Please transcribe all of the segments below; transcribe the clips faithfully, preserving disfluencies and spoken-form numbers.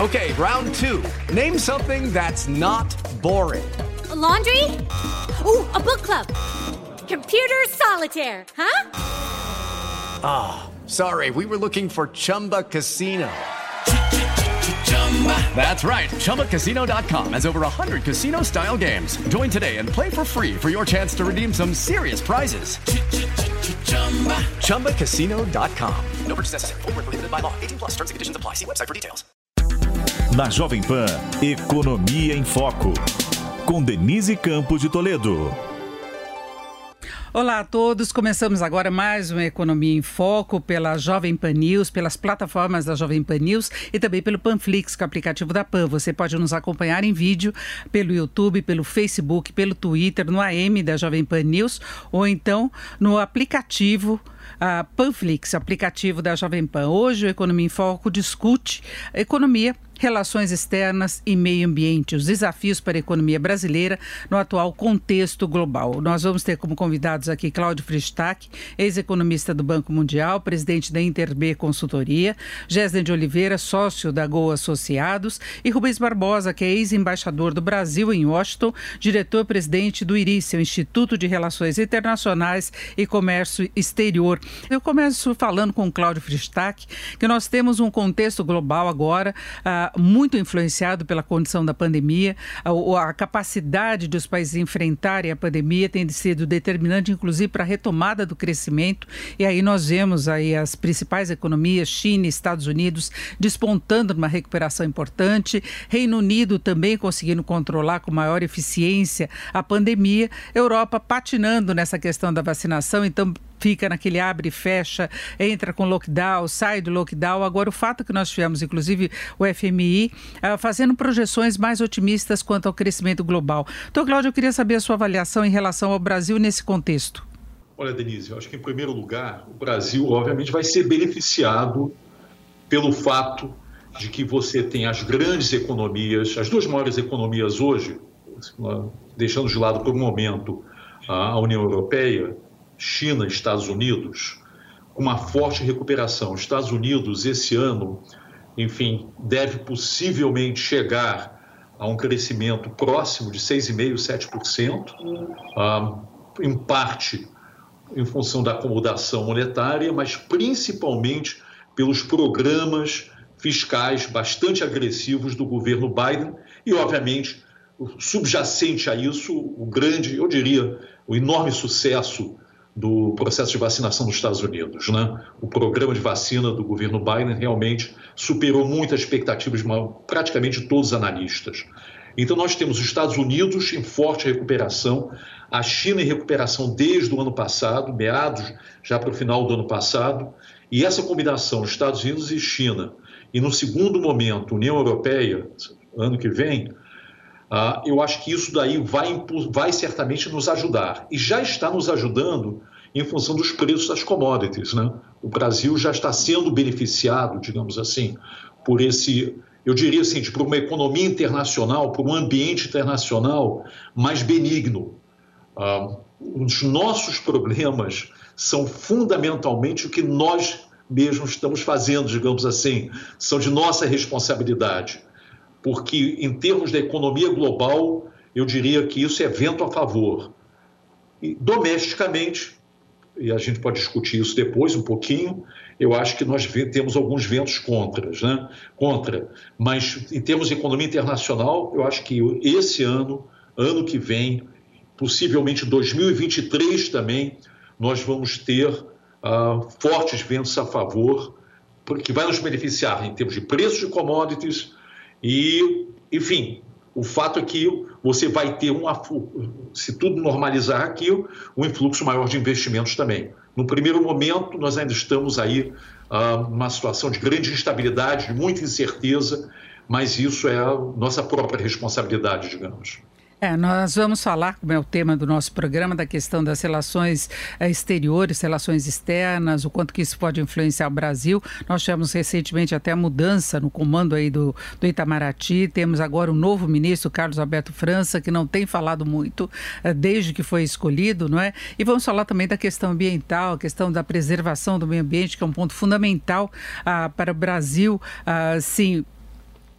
Okay, round two. Name something that's not boring. A laundry? Ooh, a book club. Computer solitaire, huh? Ah, oh, sorry, we were looking for Chumba Casino. That's right, Chumba Casino dot com has over one hundred casino-style games. Join today and play for free for your chance to redeem some serious prizes. Chumba Casino dot com. No purchase necessary. Void where prohibited by law. eighteen plus terms and conditions apply. See website for details. Na Jovem Pan, Economia em Foco, com Denise Campos de Toledo. Olá a todos, começamos agora mais uma Economia em Foco pela Jovem Pan News, pelas plataformas da Jovem Pan News e também pelo Panflix, que é o aplicativo da Pan. Você pode nos acompanhar em vídeo pelo YouTube, pelo Facebook, pelo Twitter, no A M da Jovem Pan News ou então no aplicativo uh, Panflix, aplicativo da Jovem Pan. Hoje o Economia em Foco discute economia, relações externas e meio ambiente, os desafios para a economia brasileira no atual contexto global. Nós vamos ter como convidados aqui Cláudio Fristac, ex-economista do Banco Mundial, presidente da Interb Consultoria, Gésner de Oliveira, sócio da Gol Associados, e Rubens Barbosa, que é ex-embaixador do Brasil em Washington, diretor-presidente do IRICE, o Instituto de Relações Internacionais e Comércio Exterior. Eu começo falando com o Cláudio Fristac, que nós temos um contexto global agora, uh, muito influenciado pela condição da pandemia. A, a capacidade dos países enfrentarem a pandemia tem sido determinante, inclusive, para a retomada do crescimento. E aí nós vemos aí as principais economias, China e Estados Unidos, despontando numa recuperação importante. Reino Unido também conseguindo controlar com maior eficiência a pandemia. Europa patinando nessa questão da vacinação, então fica naquele abre e fecha, entra com lockdown, sai do lockdown. Agora, o fato é que nós tivemos, inclusive, o F M I uh, fazendo projeções mais otimistas quanto ao crescimento global. Então, Cláudio, eu queria saber a sua avaliação em relação ao Brasil nesse contexto. Olha, Denise, eu acho que, em primeiro lugar, o Brasil, obviamente, vai ser beneficiado pelo fato de que você tem as grandes economias, as duas maiores economias hoje, deixando de lado por um momento a União Europeia, China e Estados Unidos, com uma forte recuperação. Estados Unidos, esse ano, enfim, deve possivelmente chegar a um crescimento próximo de seis vírgula cinco por cento, sete por cento, ah, em parte em função da acomodação monetária, mas principalmente pelos programas fiscais bastante agressivos do governo Biden e, obviamente, subjacente a isso, o grande, eu diria, o enorme sucesso do processo de vacinação dos Estados Unidos, né? O programa de vacina do governo Biden realmente superou muito as expectativas de uma, praticamente todos os analistas. Então nós temos os Estados Unidos em forte recuperação, a China em recuperação desde o ano passado, meados já para o final do ano passado, e essa combinação Estados Unidos e China, e no segundo momento União Europeia, ano que vem, Uh, eu acho que isso daí vai, vai certamente nos ajudar. E já está nos ajudando em função dos preços das commodities, né? O Brasil já está sendo beneficiado, digamos assim, por esse, eu diria assim, por uma economia internacional, por um ambiente internacional mais benigno. Uh, os nossos problemas são fundamentalmente o que nós mesmos estamos fazendo, digamos assim, são de nossa responsabilidade. Porque, em termos da economia global, eu diria que isso é vento a favor. E, domesticamente, e a gente pode discutir isso depois um pouquinho, eu acho que nós temos alguns ventos contras, né? contra. Mas, em termos de economia internacional, eu acho que esse ano, ano que vem, possivelmente dois mil e vinte e três também, nós vamos ter uh, fortes ventos a favor, que vai nos beneficiar em termos de preços de commodities. E, enfim, o fato é que você vai ter, um, se tudo normalizar aqui, um influxo maior de investimentos também. No primeiro momento, nós ainda estamos aí uh, numa situação de grande instabilidade, de muita incerteza, mas isso é a nossa própria responsabilidade, digamos. É, nós vamos falar, como é o tema do nosso programa, da questão das relações é, exteriores, relações externas, o quanto que isso pode influenciar o Brasil. Nós tivemos recentemente até a mudança no comando aí do, do Itamaraty, temos agora um novo ministro, Carlos Alberto França, que não tem falado muito é, desde que foi escolhido, não é? E vamos falar também da questão ambiental, a questão da preservação do meio ambiente, que é um ponto fundamental ah, para o Brasil, ah, sim,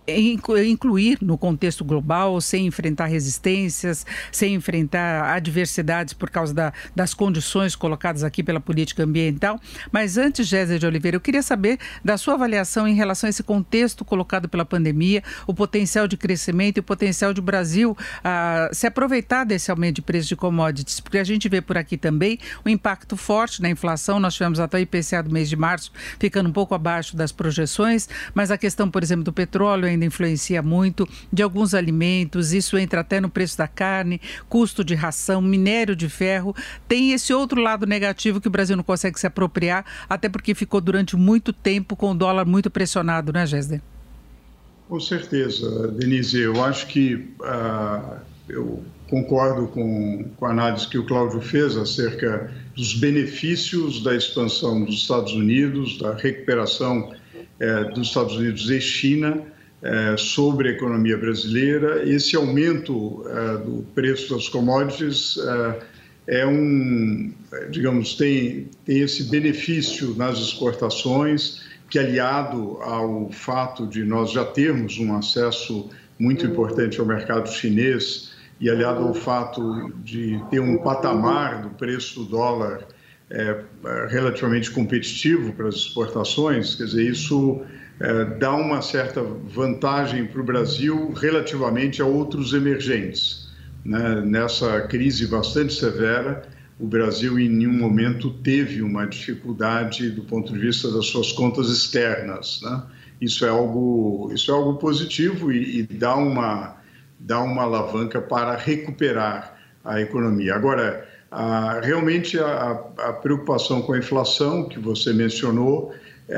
incluir no contexto global, sem enfrentar resistências, sem enfrentar adversidades por causa da, das condições colocadas aqui pela política ambiental. Mas antes, Gésia de Oliveira, eu queria saber da sua avaliação em relação a esse contexto colocado pela pandemia, o potencial de crescimento e o potencial de Brasil ah, se aproveitar desse aumento de preço de commodities, porque a gente vê por aqui também o impacto forte na inflação. Nós tivemos até o I P C A do mês de março ficando um pouco abaixo das projeções, mas a questão, por exemplo, do petróleo ainda influencia muito, de alguns alimentos, isso entra até no preço da carne, custo de ração, minério de ferro. Tem esse outro lado negativo que o Brasil não consegue se apropriar, até porque ficou durante muito tempo com o dólar muito pressionado, né, Gésia? Com certeza, Denise. Eu acho que uh, eu concordo com, com a análise que o Cláudio fez acerca dos benefícios da expansão dos Estados Unidos, da recuperação eh, dos Estados Unidos e China eh, sobre a economia brasileira. Esse aumento eh, do preço das commodities eh, é um, digamos, tem, tem esse benefício nas exportações, que aliado ao fato de nós já termos um acesso muito importante ao mercado chinês e aliado ao fato de ter um patamar do preço do dólar é, relativamente competitivo para as exportações, quer dizer, isso é, dá uma certa vantagem para o Brasil relativamente a outros emergentes, né? Nessa crise bastante severa, o Brasil em nenhum momento teve uma dificuldade do ponto de vista das suas contas externas, né? Isso é algo, isso é algo positivo e, e dá uma, dá uma alavanca para recuperar a economia. Agora, a, realmente a, a preocupação com a inflação que você mencionou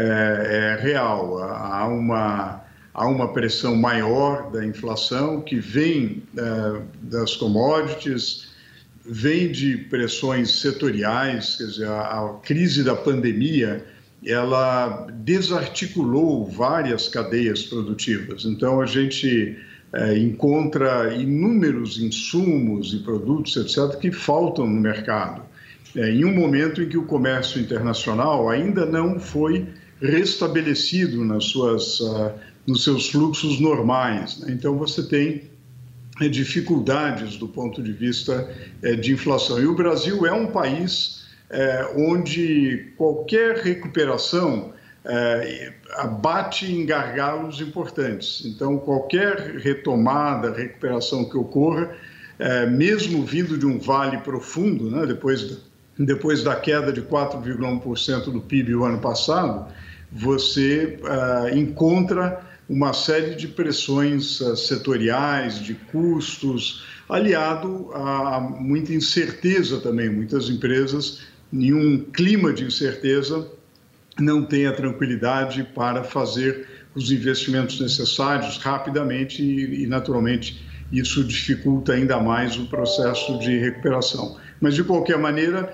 é, é real. Há uma, há uma pressão maior da inflação que vem é, das commodities, vem de pressões setoriais, quer dizer, a, a crise da pandemia, ela desarticulou várias cadeias produtivas. Então, a gente é, encontra inúmeros insumos e produtos, etcétera, que faltam no mercado. É, em um momento em que o comércio internacional ainda não foi restabelecido nas suas, uh, nos seus fluxos normais, né? Então, você tem dificuldades do ponto de vista é, de inflação. E o Brasil é um país é, onde qualquer recuperação é, bate em gargalos importantes. Então, qualquer retomada, recuperação que ocorra, é, mesmo vindo de um vale profundo, né, depois, depois da queda de quatro vírgula um por cento do P I B o ano passado, você é, encontra uma série de pressões uh, setoriais, de custos, aliado a muita incerteza também. Muitas empresas, em um clima de incerteza, não têm a tranquilidade para fazer os investimentos necessários rapidamente e, e, naturalmente, isso dificulta ainda mais o processo de recuperação. Mas, de qualquer maneira,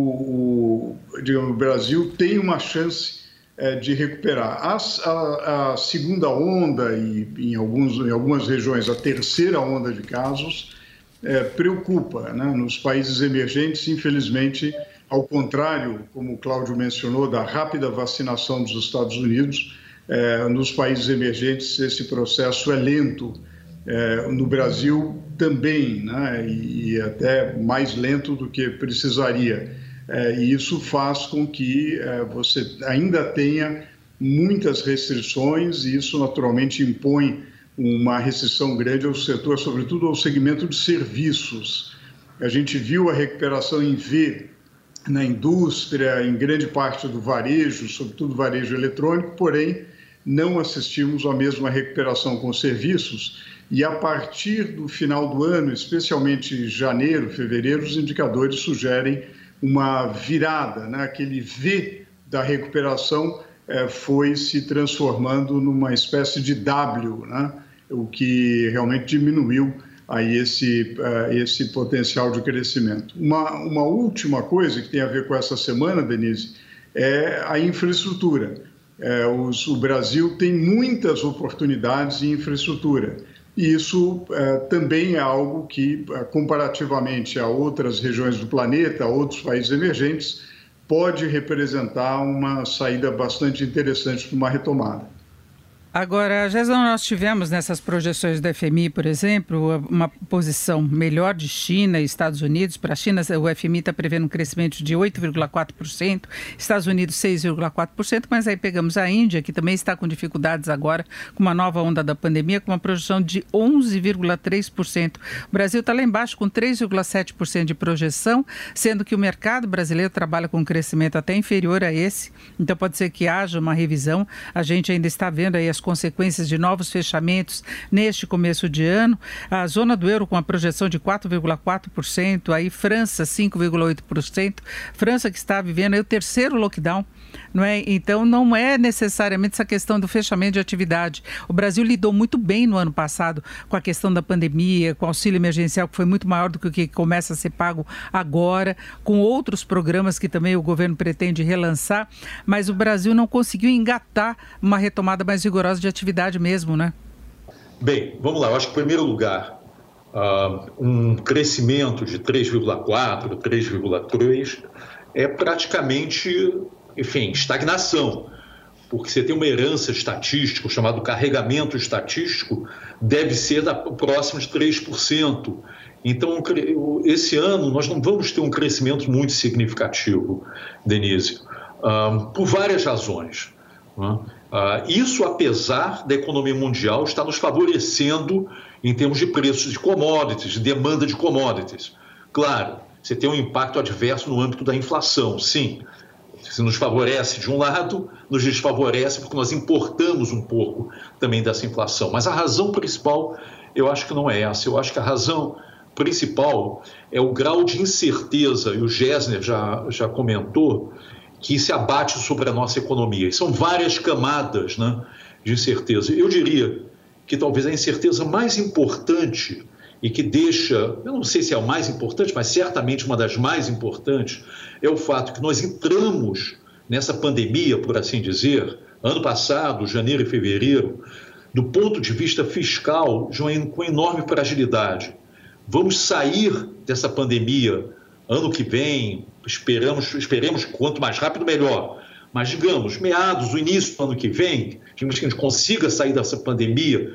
o, o, digamos, o Brasil tem uma chance de recuperar. A, a, a segunda onda e, em, alguns, em algumas regiões, a terceira onda de casos, é, preocupa, né? Nos países emergentes, infelizmente, ao contrário, como o Cláudio mencionou, da rápida vacinação dos Estados Unidos, é, nos países emergentes esse processo é lento. É, no Brasil também, né? E, e até mais lento do que precisaria. É, e isso faz com que é, você ainda tenha muitas restrições e isso naturalmente impõe uma restrição grande ao setor, sobretudo ao segmento de serviços. A gente viu a recuperação em V na indústria, em grande parte do varejo, sobretudo varejo eletrônico, porém não assistimos à mesma recuperação com serviços e a partir do final do ano, especialmente janeiro, fevereiro, os indicadores sugerem uma virada, né? Aquele V da recuperação eh, foi se transformando numa espécie de W, né? O que realmente diminuiu aí esse, uh, esse potencial de crescimento. Uma, uma última coisa que tem a ver com essa semana, Denise, é a infraestrutura. É, os, o Brasil tem muitas oportunidades em infraestrutura. E isso é, também é algo que, comparativamente a outras regiões do planeta, a outros países emergentes, pode representar uma saída bastante interessante para uma retomada. Agora, Gesão, nós tivemos nessas projeções da F M I, por exemplo, uma posição melhor de China e Estados Unidos. Para a China, o F M I está prevendo um crescimento de oito vírgula quatro por cento, Estados Unidos seis vírgula quatro por cento, mas aí pegamos a Índia, que também está com dificuldades agora, com uma nova onda da pandemia, com uma projeção de onze vírgula três por cento. O Brasil está lá embaixo com três vírgula sete por cento de projeção, sendo que o mercado brasileiro trabalha com um crescimento até inferior a esse, então pode ser que haja uma revisão. A gente ainda está vendo aí as consequências de novos fechamentos neste começo de ano. A zona do euro com a projeção de quatro vírgula quatro por cento, aí França cinco vírgula oito por cento, França que está vivendo aí o terceiro lockdown, não é? Então não é necessariamente essa questão do fechamento de atividade. O Brasil lidou muito bem no ano passado com a questão da pandemia, com o auxílio emergencial, que foi muito maior do que o que começa a ser pago agora, com outros programas que também o governo pretende relançar, mas o Brasil não conseguiu engatar uma retomada mais rigorosa de atividade mesmo, né? Bem, vamos lá. Eu acho que, em primeiro lugar, uh, um crescimento de três vírgula quatro, três vírgula três é praticamente, enfim, estagnação, porque você tem uma herança estatística, o chamado carregamento estatístico, deve ser da, próximo de três por cento. Então, esse ano nós não vamos ter um crescimento muito significativo, Denise, uh, por várias razões. Uh, isso, apesar da economia mundial estar nos favorecendo em termos de preços de commodities, de demanda de commodities. Claro, você tem um impacto adverso no âmbito da inflação, sim. Se nos favorece de um lado, nos desfavorece porque nós importamos um pouco também dessa inflação. Mas a razão principal, eu acho que não é essa. Eu acho que a razão principal é o grau de incerteza, e o Gessner já, já comentou, que se abate sobre a nossa economia. E são várias camadas, né, de incerteza. Eu diria que talvez a incerteza mais importante e que deixa, eu não sei se é a mais importante, mas certamente uma das mais importantes, é o fato que nós entramos nessa pandemia, por assim dizer, ano passado, janeiro e fevereiro, do ponto de vista fiscal, com enorme fragilidade. Vamos sair dessa pandemia ano que vem, esperamos, esperemos quanto mais rápido, melhor. Mas, digamos, meados, o início do ano que vem, digamos que a gente consiga sair dessa pandemia,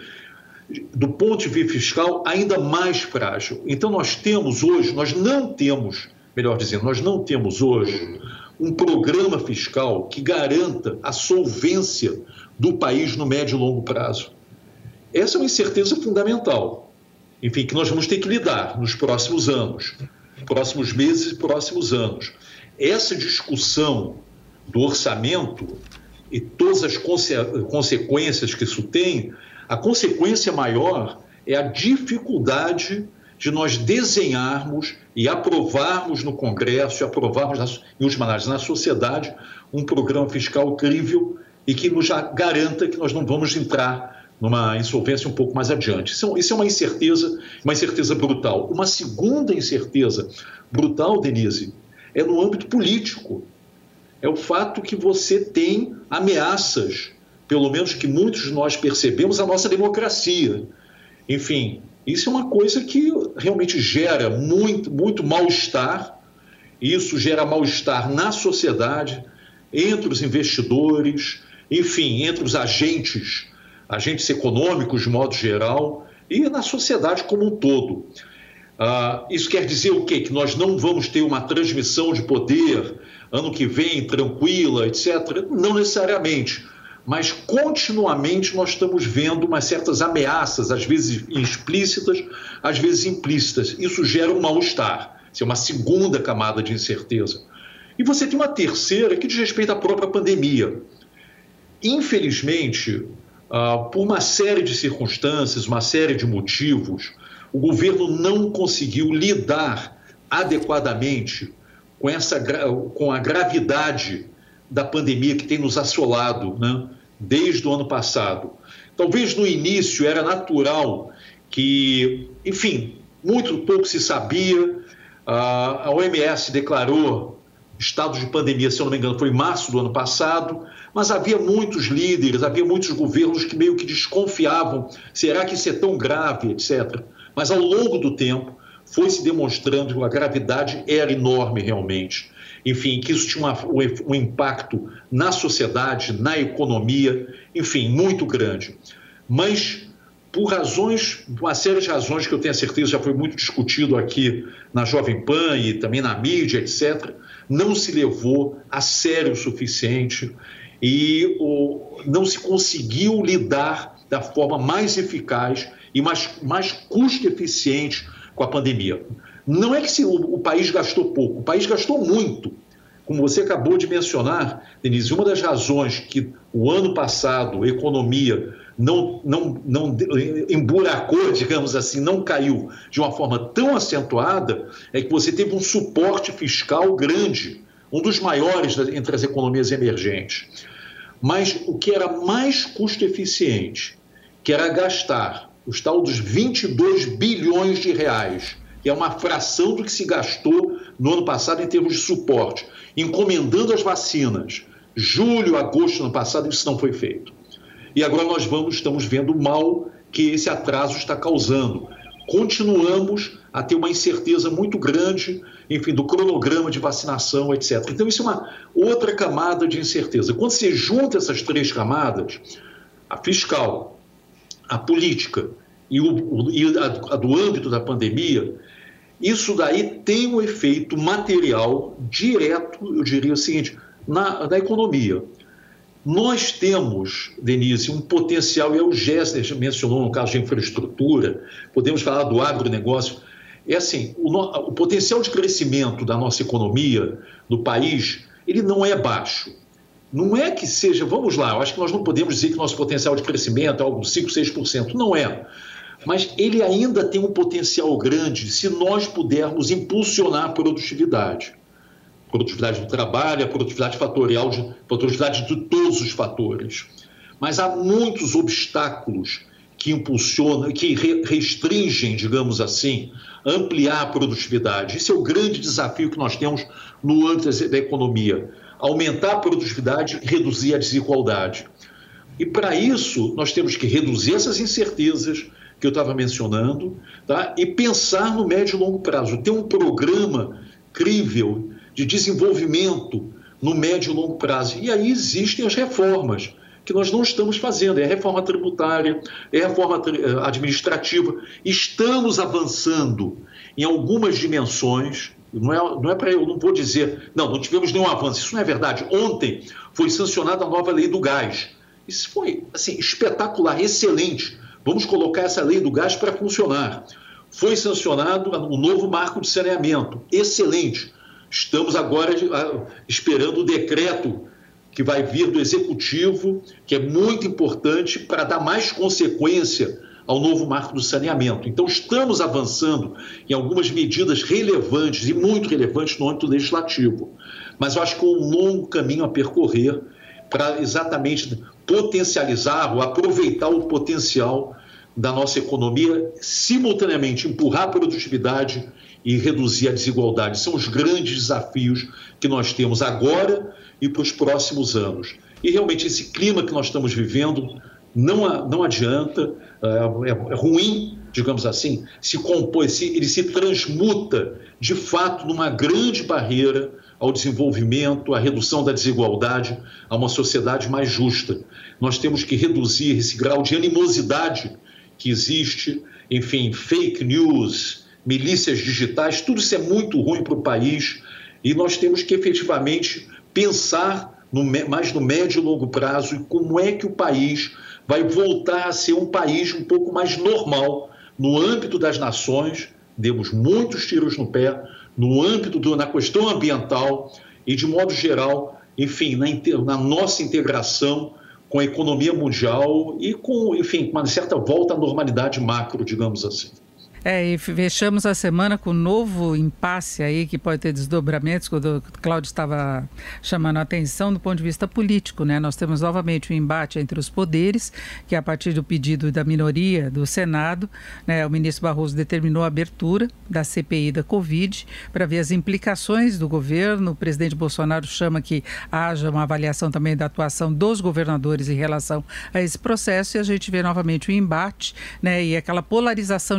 do ponto de vista fiscal, ainda mais frágil. Então, nós temos hoje, nós não temos, melhor dizendo, nós não temos hoje um programa fiscal que garanta a solvência do país no médio e longo prazo. Essa é uma incerteza fundamental, enfim, que nós vamos ter que lidar nos próximos anos, próximos meses e próximos anos. Essa discussão do orçamento e todas as conse- consequências que isso tem, a consequência maior é a dificuldade de nós desenharmos e aprovarmos no Congresso, e aprovarmos, na, em última análise, na sociedade, um programa fiscal crível e que nos garanta que nós não vamos entrar numa insolvência um pouco mais adiante. Isso, isso é uma incerteza, uma incerteza brutal. Uma segunda incerteza brutal, Denise, é no âmbito político. É o fato que você tem ameaças, pelo menos que muitos de nós percebemos, à nossa democracia. Enfim, isso é uma coisa que realmente gera muito, muito mal-estar. Isso gera mal-estar na sociedade, entre os investidores, enfim, entre os agentes, agentes econômicos de modo geral, e na sociedade como um todo. Uh, isso quer dizer o quê? Que nós não vamos ter uma transmissão de poder ano que vem, tranquila, etcétera? Não necessariamente. Mas continuamente nós estamos vendo umas certas ameaças, às vezes explícitas, às vezes implícitas. Isso gera um mal-estar, isso é uma segunda camada de incerteza. E você tem uma terceira que diz respeito à própria pandemia. Infelizmente, uh, por uma série de circunstâncias, uma série de motivos, o governo não conseguiu lidar adequadamente com, essa, com a gravidade da pandemia que tem nos assolado, né, desde o ano passado. Talvez no início era natural que, enfim, muito pouco se sabia, a O M S declarou estado de pandemia, se eu não me engano, foi em março do ano passado, mas havia muitos líderes, havia muitos governos que meio que desconfiavam, será que isso é tão grave, etcétera. Mas ao longo do tempo foi se demonstrando que a gravidade era enorme realmente. enfim, que isso tinha uma, um impacto na sociedade, na economia, enfim, muito grande. Mas, por razões, uma série de razões que eu tenho a certeza já foi muito discutido aqui na Jovem Pan e também na mídia, etcétera, não se levou a sério o suficiente e o, não se conseguiu lidar da forma mais eficaz e mais, mais custo-eficiente com a pandemia. Não é que se, o, o país gastou pouco, o país gastou muito. Como você acabou de mencionar, Denise, uma das razões que o ano passado a economia não, não, não emburacou, digamos assim, não caiu de uma forma tão acentuada, é que você teve um suporte fiscal grande, um dos maiores entre as economias emergentes. Mas o que era mais custo-eficiente, que era gastar os tal dos vinte e dois bilhões de reais, que é uma fração do que se gastou no ano passado em termos de suporte, encomendando as vacinas. Julho, agosto do ano passado, isso não foi feito. E agora nós vamos, estamos vendo o mal que esse atraso está causando. Continuamos a ter uma incerteza muito grande, enfim, do cronograma de vacinação, etcétera. Então, isso é uma outra camada de incerteza. Quando você junta essas três camadas, a fiscal, a política e, o, e a, a do âmbito da pandemia, isso daí tem um efeito material direto, eu diria o seguinte, na, na economia. Nós temos, Denise, um potencial, e o Gessner mencionou no caso de infraestrutura, podemos falar do agronegócio, é assim, o, o potencial de crescimento da nossa economia, do país, ele não é baixo. Não é que seja, vamos lá, eu acho que nós não podemos dizer que nosso potencial de crescimento é algo cinco, seis por cento, não é. Mas ele ainda tem um potencial grande se nós pudermos impulsionar a produtividade. Produtividade do trabalho, a produtividade fatorial, de, produtividade de todos os fatores. Mas há muitos obstáculos que impulsionam, que re, restringem, digamos assim, ampliar a produtividade. Esse é o grande desafio que nós temos no âmbito da economia. Aumentar a produtividade e reduzir a desigualdade. E para isso, nós temos que reduzir essas incertezas que eu estava mencionando, tá? E pensar no médio e longo prazo. Ter um programa crível de desenvolvimento no médio e longo prazo. E aí existem as reformas que nós não estamos fazendo. É a reforma tributária, é a reforma administrativa. Estamos avançando em algumas dimensões. Não é, não é para eu, não vou dizer, não, não tivemos nenhum avanço. Isso não é verdade. Ontem foi sancionada a nova lei do gás. Isso foi, assim, espetacular, excelente. Vamos colocar essa lei do gás para funcionar. Foi sancionado o novo marco de saneamento. Excelente. Estamos agora esperando o decreto que vai vir do Executivo, que é muito importante para dar mais consequência ao novo marco do saneamento. Então, estamos avançando em algumas medidas relevantes e muito relevantes no âmbito legislativo. Mas eu acho que há um longo caminho a percorrer para exatamente potencializar ou aproveitar o potencial da nossa economia, simultaneamente empurrar a produtividade e reduzir a desigualdade. São os grandes desafios que nós temos agora e para os próximos anos. E realmente esse clima que nós estamos vivendo não, não adianta, é, é ruim, digamos assim, se compõe, se, ele se transmuta de fato numa grande barreira ao desenvolvimento, à redução da desigualdade, a uma sociedade mais justa. Nós temos que reduzir esse grau de animosidade que existe, enfim, fake news, milícias digitais, tudo isso é muito ruim para o país e nós temos que efetivamente pensar no, mais no médio e longo prazo e como é que o país vai voltar a ser um país um pouco mais normal no âmbito das nações. Demos muitos tiros no pé, no âmbito do, na questão ambiental e, de modo geral, enfim, na, na nossa integração com a economia mundial e com, enfim, uma certa volta à normalidade macro, digamos assim. É, e fechamos a semana com um novo impasse aí que pode ter desdobramentos, quando o Cláudio estava chamando a atenção do ponto de vista político, né? Nós temos novamente um embate entre os poderes, que a partir do pedido da minoria do Senado, né, o ministro Barroso determinou a abertura da C P I da Covid para ver as implicações do governo. O presidente Bolsonaro chama que haja uma avaliação também da atuação dos governadores em relação a esse processo e a gente vê novamente o embate, né, e aquela polarização de sempre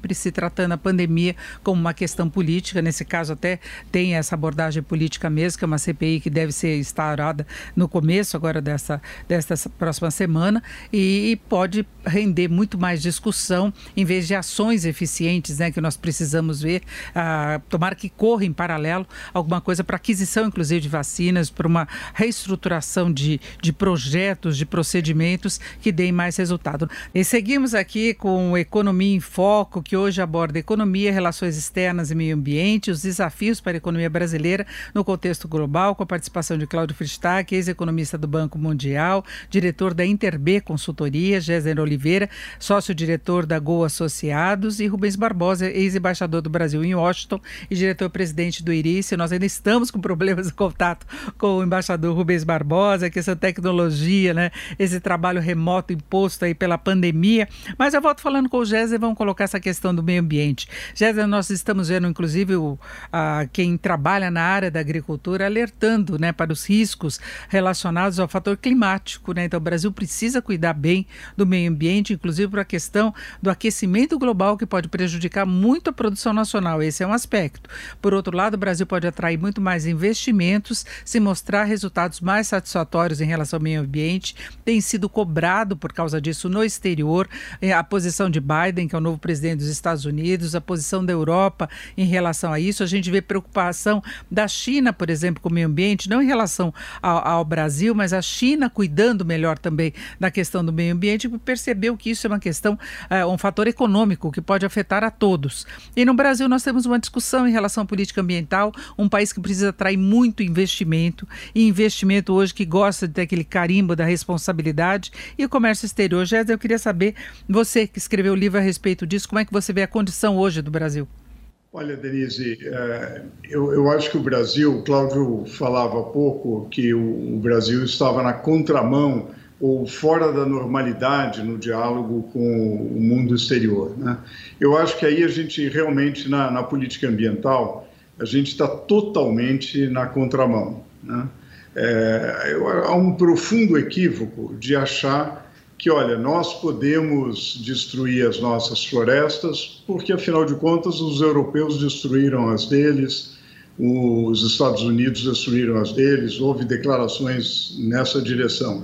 sempre se tratando a pandemia como uma questão política, nesse caso até tem essa abordagem política mesmo, que é uma C P I que deve ser instaurada no começo agora dessa, dessa próxima semana e, e pode render muito mais discussão em vez de ações eficientes, né, que nós precisamos ver, ah, tomara que corra em paralelo alguma coisa para aquisição, inclusive, de vacinas, para uma reestruturação de, de projetos, de procedimentos que deem mais resultado. E seguimos aqui com Economia em Foco, que hoje aborda economia, relações externas e meio ambiente, os desafios para a economia brasileira no contexto global, com a participação de Cláudio Fristach, ex-economista do Banco Mundial, diretor da Interb Consultoria, Géser Oliveira, sócio-diretor da Gol Associados, e Rubens Barbosa, ex-embaixador do Brasil em Washington e diretor-presidente do IRICE. Nós ainda estamos com problemas de contato com o embaixador Rubens Barbosa, que essa tecnologia, né, esse trabalho remoto imposto aí pela pandemia. Mas eu volto falando com o Géser, vamos colocar essa questão do meio ambiente. Géser, nós estamos vendo, inclusive, o, a, quem trabalha na área da agricultura alertando, né, para os riscos relacionados ao fator climático, né? Então, o Brasil precisa cuidar bem do meio ambiente, inclusive para a questão do aquecimento global, que pode prejudicar muito a produção nacional. Esse é um aspecto. Por outro lado, o Brasil pode atrair muito mais investimentos se mostrar resultados mais satisfatórios em relação ao meio ambiente. Tem sido cobrado por causa disso no exterior, a posição de Biden, que é o novo presidente dos Estados Unidos, a posição da Europa em relação a isso. A gente vê preocupação da China, por exemplo, com o meio ambiente, não em relação ao, ao Brasil, mas a China cuidando melhor também da questão do meio ambiente, e percebeu que isso é uma questão, é, um fator econômico que pode afetar a todos. E no Brasil nós temos uma discussão em relação à política ambiental, um país que precisa atrair muito investimento, e investimento hoje que gosta de ter aquele carimbo da responsabilidade, e o comércio exterior. Géser, eu queria saber, você que escreveu o livro a respeito disso, como é que você vê a condição hoje do Brasil? Olha, Denise, eu, eu acho que o Brasil, o Cláudio falava há pouco que o, o Brasil estava na contramão ou fora da normalidade no diálogo com o mundo exterior, né? Eu acho que aí a gente realmente, na, na política ambiental, a gente está totalmente na contramão, né? É, há um profundo equívoco de achar que, olha, nós podemos destruir as nossas florestas porque, afinal de contas, os europeus destruíram as deles, os Estados Unidos destruíram as deles, houve declarações nessa direção.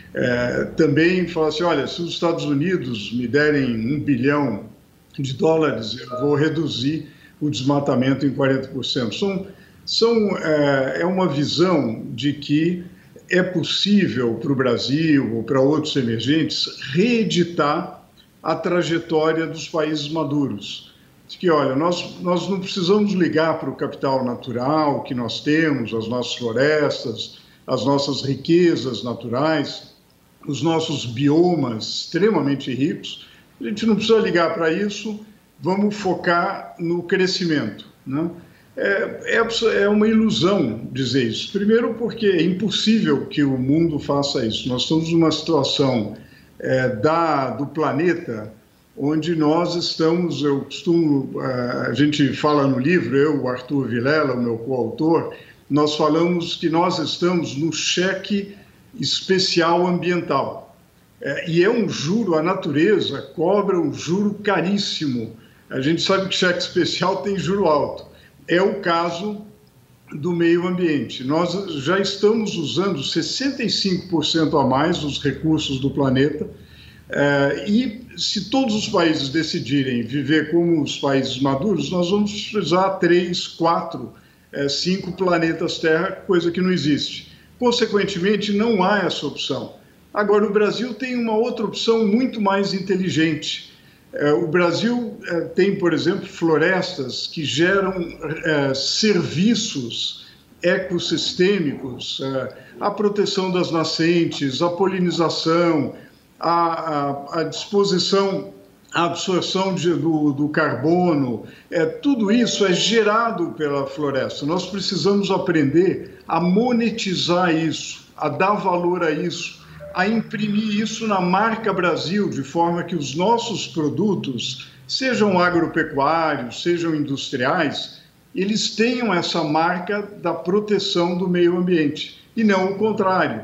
É, também fala assim, olha, se os Estados Unidos me derem um bilhão de dólares, eu vou reduzir o desmatamento em quarenta por cento. São, são, é, é uma visão de que é possível para o Brasil ou para outros emergentes reeditar a trajetória dos países maduros. De que, olha, nós, nós não precisamos ligar para o capital natural que nós temos, as nossas florestas, as nossas riquezas naturais, os nossos biomas extremamente ricos. A gente não precisa ligar para isso, vamos focar no crescimento, né? É, é, é uma ilusão dizer isso. Primeiro porque é impossível que o mundo faça isso. Nós estamos numa situação é, da, do planeta onde nós estamos, eu costumo, a gente fala no livro, eu, o Arthur Vilela, o meu coautor, nós falamos que nós estamos no cheque especial ambiental. É, e é um juro, a natureza cobra um juro caríssimo. A gente sabe que cheque especial tem juro alto. É o caso do meio ambiente. Nós já estamos usando sessenta e cinco por cento a mais dos recursos do planeta, eh, e se todos os países decidirem viver como os países maduros, nós vamos precisar três, quatro, eh, cinco planetas Terra, coisa que não existe. Consequentemente, não há essa opção. Agora, o Brasil tem uma outra opção muito mais inteligente. O Brasil tem, por exemplo, florestas que geram é, serviços ecossistêmicos, é, a proteção das nascentes, a polinização, a, a, a disposição, a absorção de, do, do carbono, é, tudo isso é gerado pela floresta. Nós precisamos aprender a monetizar isso, a dar valor a isso, a imprimir isso na marca Brasil, de forma que os nossos produtos, sejam agropecuários, sejam industriais, eles tenham essa marca da proteção do meio ambiente, e não o contrário.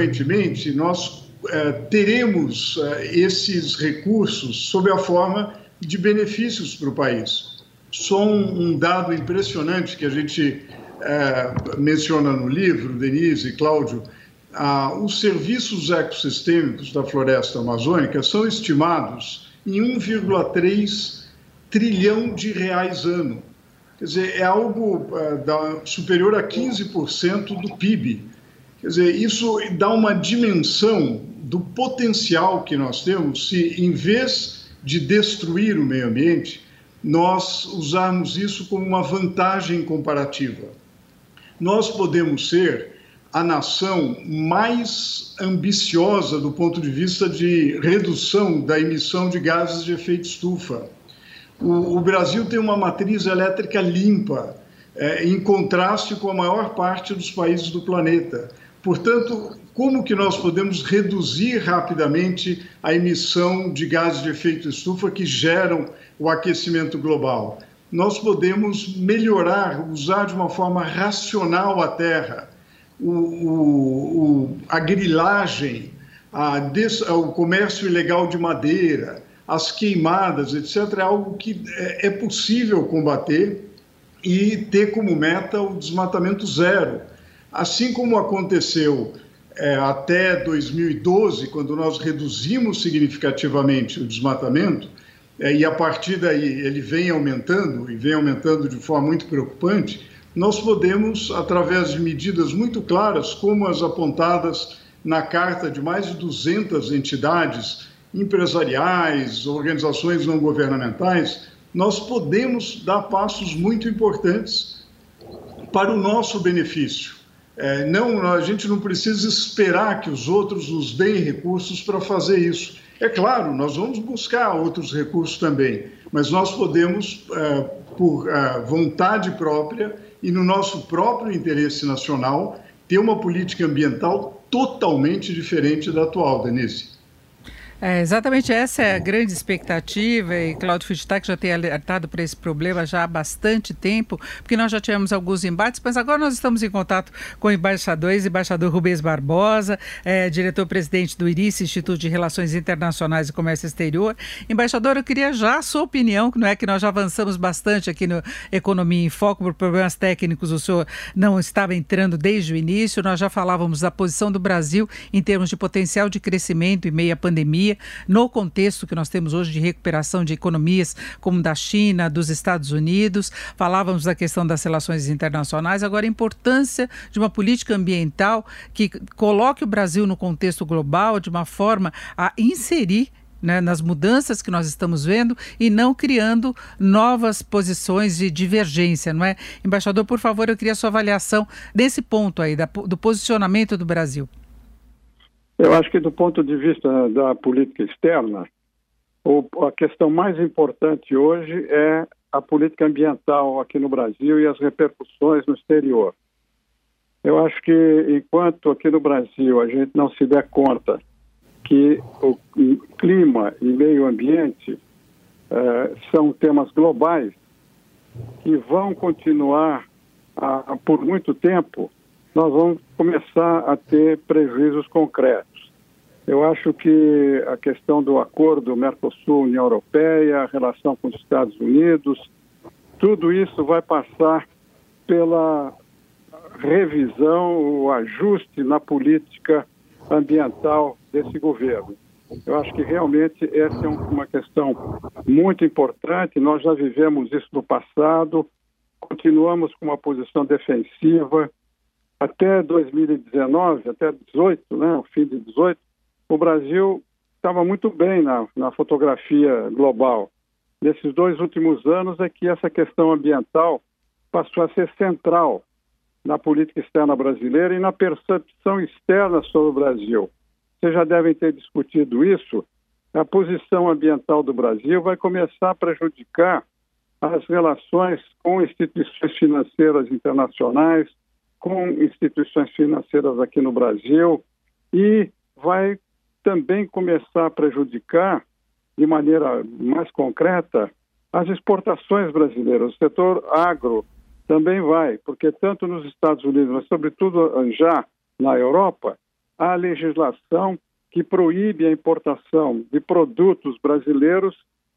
Consequentemente, nós eh, teremos eh, esses recursos sob a forma de benefícios para o país. Só um, um dado impressionante que a gente é, menciona no livro, Denise e Cláudio, ah, os serviços ecossistêmicos da floresta amazônica são estimados em um vírgula três trilhão de reais ano. Quer dizer, é algo é, da, superior a quinze por cento do P I B. Quer dizer, isso dá uma dimensão do potencial que nós temos se, em vez de destruir o meio ambiente, nós usarmos isso como uma vantagem comparativa. Nós podemos ser a nação mais ambiciosa do ponto de vista de redução da emissão de gases de efeito estufa. O, o Brasil tem uma matriz elétrica limpa, é, em contraste com a maior parte dos países do planeta. Portanto, como que nós podemos reduzir rapidamente a emissão de gases de efeito estufa que geram o aquecimento global? Nós podemos melhorar, usar de uma forma racional a terra, o, o, a grilagem, a des, o comércio ilegal de madeira, as queimadas, etcétera, é algo que é, é possível combater e ter como meta o desmatamento zero. Assim como aconteceu é, até dois mil e doze, quando nós reduzimos significativamente o desmatamento, é, e a partir daí ele vem aumentando, e vem aumentando de forma muito preocupante, nós podemos, através de medidas muito claras, como as apontadas na carta de mais de duzentas entidades empresariais, organizações não governamentais, nós podemos dar passos muito importantes para o nosso benefício. É, não, a gente não precisa esperar que os outros nos deem recursos para fazer isso. É claro, nós vamos buscar outros recursos também, mas nós podemos, é, por é, vontade própria e no nosso próprio interesse nacional, ter uma política ambiental totalmente diferente da atual, Denise. É, exatamente essa é a grande expectativa, e Cláudio Fujitaki já tem alertado para esse problema já há bastante tempo, porque nós já tivemos alguns embates, mas agora nós estamos em contato com o embaixador, ex-embaixador Rubens Barbosa, é, diretor-presidente do IRICE, Instituto de Relações Internacionais e Comércio Exterior. Embaixador, eu queria já a sua opinião, que não é que nós já avançamos bastante aqui no Economia em Foco, por problemas técnicos o senhor não estava entrando desde o início, nós já falávamos da posição do Brasil em termos de potencial de crescimento em meio à pandemia, no contexto que nós temos hoje de recuperação de economias como da China, dos Estados Unidos, falávamos da questão das relações internacionais, agora a importância de uma política ambiental que coloque o Brasil no contexto global de uma forma a inserir, né, nas mudanças que nós estamos vendo e não criando novas posições de divergência, não é? Embaixador, por favor, eu queria a sua avaliação desse ponto aí, da, do posicionamento do Brasil. Eu acho que do ponto de vista da política externa, o, a questão mais importante hoje é a política ambiental aqui no Brasil e as repercussões no exterior. Eu acho que enquanto aqui no Brasil a gente não se der conta que o clima e meio ambiente eh, são temas globais que vão continuar a, por muito tempo, nós vamos começar a ter prejuízos concretos. Eu acho que a questão do acordo Mercosul-União Europeia, a relação com os Estados Unidos, tudo isso vai passar pela revisão, o ajuste na política ambiental desse governo. Eu acho que realmente essa é uma questão muito importante. Nós já vivemos isso no passado, continuamos com uma posição defensiva. Até dois mil e dezenove, até dezoito, né, o fim de dezoito, o Brasil estava muito bem na, na fotografia global. Nesses dois últimos anos é que essa questão ambiental passou a ser central na política externa brasileira e na percepção externa sobre o Brasil. Vocês já devem ter discutido isso. A posição ambiental do Brasil vai começar a prejudicar as relações com instituições financeiras internacionais, com instituições financeiras aqui no Brasil, e vai também começar a prejudicar, de maneira mais concreta, as exportações brasileiras. O setor agro também vai, porque tanto nos Estados Unidos, mas sobretudo já na Europa, há legislação que proíbe a importação de produtos brasileiros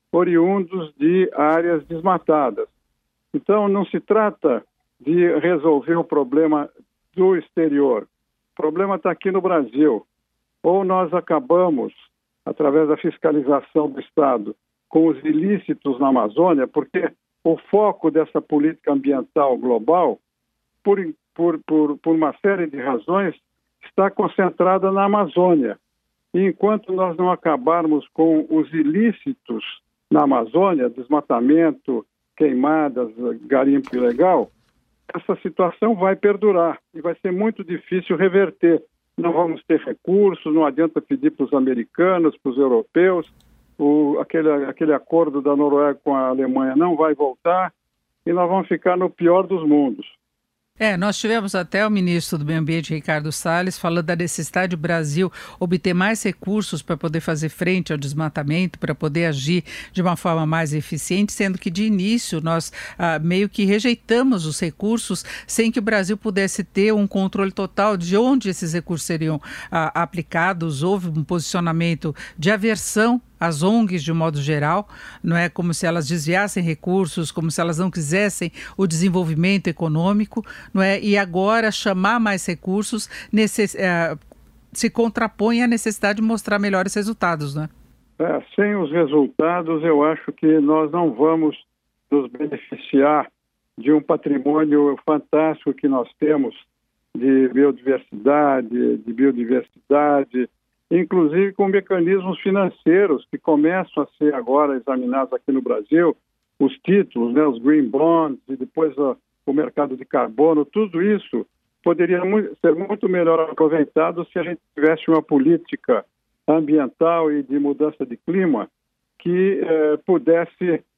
oriundos de áreas desmatadas. Então, não se trata de resolver o problema do exterior. O problema está aqui no Brasil. Ou nós acabamos, através da fiscalização do Estado, com os ilícitos na Amazônia, porque o foco dessa política ambiental global, por, por, por, por uma série de razões, está concentrada na Amazônia. E enquanto nós não acabarmos com os ilícitos na Amazônia, desmatamento, queimadas, garimpo ilegal, essa situação vai perdurar e vai ser muito difícil reverter. Não vamos ter recursos, não adianta pedir para os americanos, para os europeus, o, aquele, aquele acordo da Noruega com a Alemanha não vai voltar e nós vamos ficar no pior dos mundos. É, nós tivemos até o ministro do Meio Ambiente, Ricardo Salles, falando da necessidade do Brasil obter mais recursos para poder fazer frente ao desmatamento, para poder agir de uma forma mais eficiente, sendo que de início nós ah, meio que rejeitamos os recursos sem que o Brasil pudesse ter um controle total de onde esses recursos seriam ah, aplicados. Houve um posicionamento de aversão as O N Gs de um modo geral, não é como se elas desviassem recursos, como se elas não quisessem o desenvolvimento econômico, não é? E agora chamar mais recursos necess... é, se contrapõe à necessidade de mostrar melhores resultados, né? É, sem os resultados, eu acho que nós não vamos nos beneficiar de um patrimônio fantástico que nós temos de biodiversidade, de biodiversidade, inclusive com mecanismos financeiros que começam a ser agora examinados aqui no Brasil, os títulos, né, os green bonds e depois ó, o mercado de carbono, tudo isso poderia muito, ser muito melhor aproveitado se a gente tivesse uma política ambiental e de mudança de clima que eh, pudesse eh,